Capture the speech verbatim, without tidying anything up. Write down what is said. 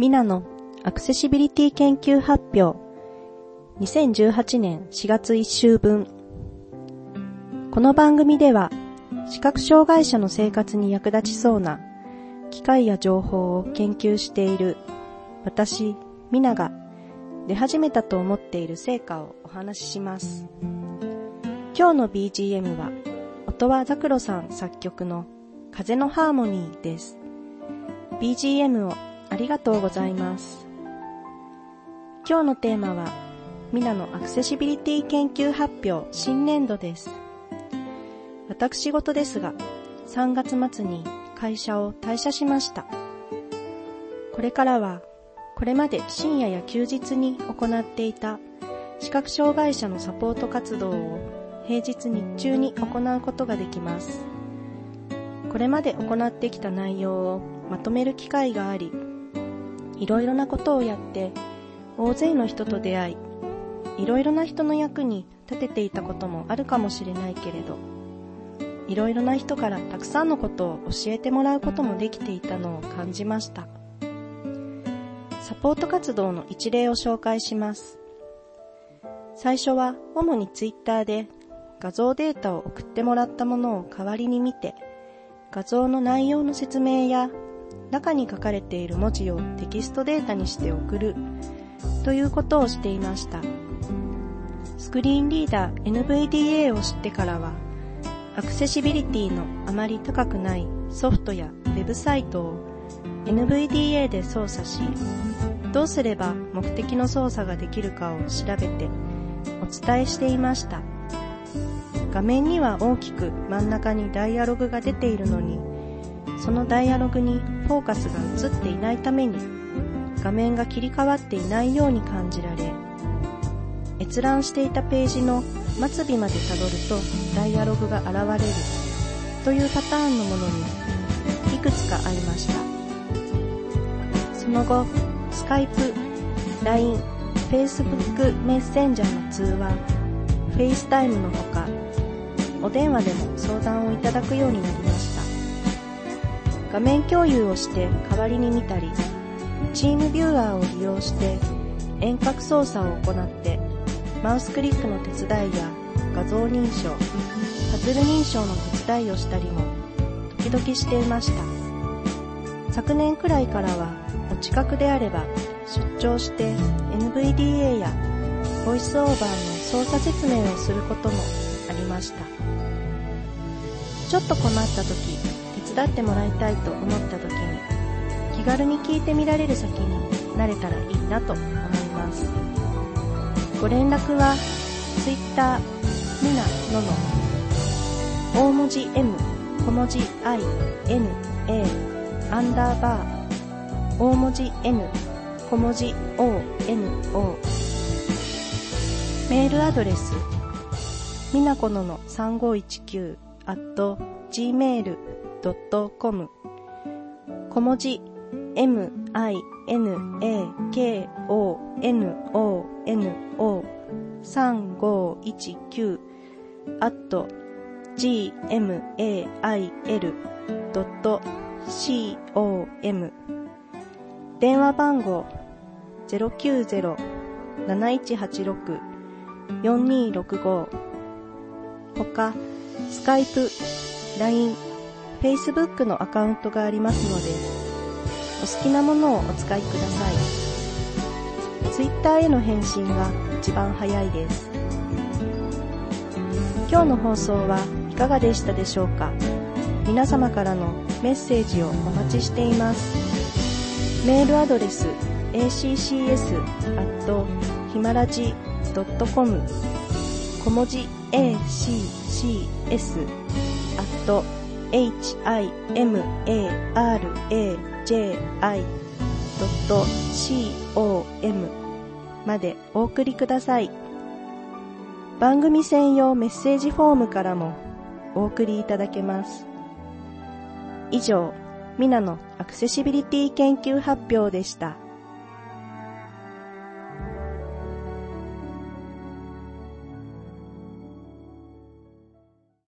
ミナのアクセシビリティ研究発表にせんじゅうはちねんしがついっしゅうぶん。この番組では視覚障害者の生活に役立ちそうな機械や情報を研究している私ミナが出始めたと思っている成果をお話しします。今日の ビージーエム は音羽ザクロさん作曲の風のハーモニーです。 ビージーエム をありがとうございます。今日のテーマはミナのアクセシビリティ研究発表新年度です。私事ですがさんがつまつに会社を退社しました。これからはこれまで深夜や休日に行っていた視覚障害者のサポート活動を平日日中に行うことができます。これまで行ってきた内容をまとめる機会があり、いろいろなことをやって大勢の人と出会い、いろいろな人の役に立てていたこともあるかもしれないけれど、いろいろな人からたくさんのことを教えてもらうこともできていたのを感じました。サポート活動の一例を紹介します。最初は主にツイッターで画像データを送ってもらったものを代わりに見て、画像の内容の説明や中に書かれている文字をテキストデータにして送るということをしていました。スクリーンリーダー エヌブイディーエー を知ってからは、アクセシビリティのあまり高くないソフトやウェブサイトを エヌブイディーエー で操作し、どうすれば目的の操作ができるかを調べてお伝えしていました。画面には大きく真ん中にダイアログが出ているのに、そのダイアログにフォーカスが映っていないために画面が切り替わっていないように感じられ、閲覧していたページの末尾までたどるとダイアログが現れるというパターンのものにいくつかありました。その後、スカイプ、ライン、フェイスブックメッセンジャーの通話、フェイスタイムのほか、お電話でも相談をいただくようになりました。画面共有をして代わりに見たり、チームビューアーを利用して遠隔操作を行ってマウスクリックの手伝いや画像認証、パズル認証の手伝いをしたりも時々していました。昨年くらいからはお近くであれば出張して エヌブイディーエー やボイスオーバーの操作説明をすることもありました。ちょっと困った時、手伝ってもらいたいと思った時に気軽に聞いてみられる先になれたらいいなと思います。ご連絡は Twitter ミナのの大文字 M 小文字 I N A アンダーバー大文字 N 小文字 O N O、 メールアドレスみなこののさんごいちきゅう アット ジーメール ドット コム、 小文字 M I N A K O N O N O さんごいちきゅう アット ジーメール ドット コム、 電話番号 ゼロきゅうゼロ なないちはちろく よんにろくご、 ほかスカイプ、ライン、フェイスブックのアカウントがありますので、お好きなものをお使いください。ツイッターへの返信が一番早いです。今日の放送はいかがでしたでしょうか。皆様からのメッセージをお待ちしています。メールアドレス エーシーシーエス アット ヒマラジ ドット コム、 小文字 エーシーシーエス アット エイチアイエムエーアールエージェーアイ ドット コム までお送りください。番組専用メッセージフォームからもお送りいただけます。以上、ミナのアクセシビリティ研究発表でした。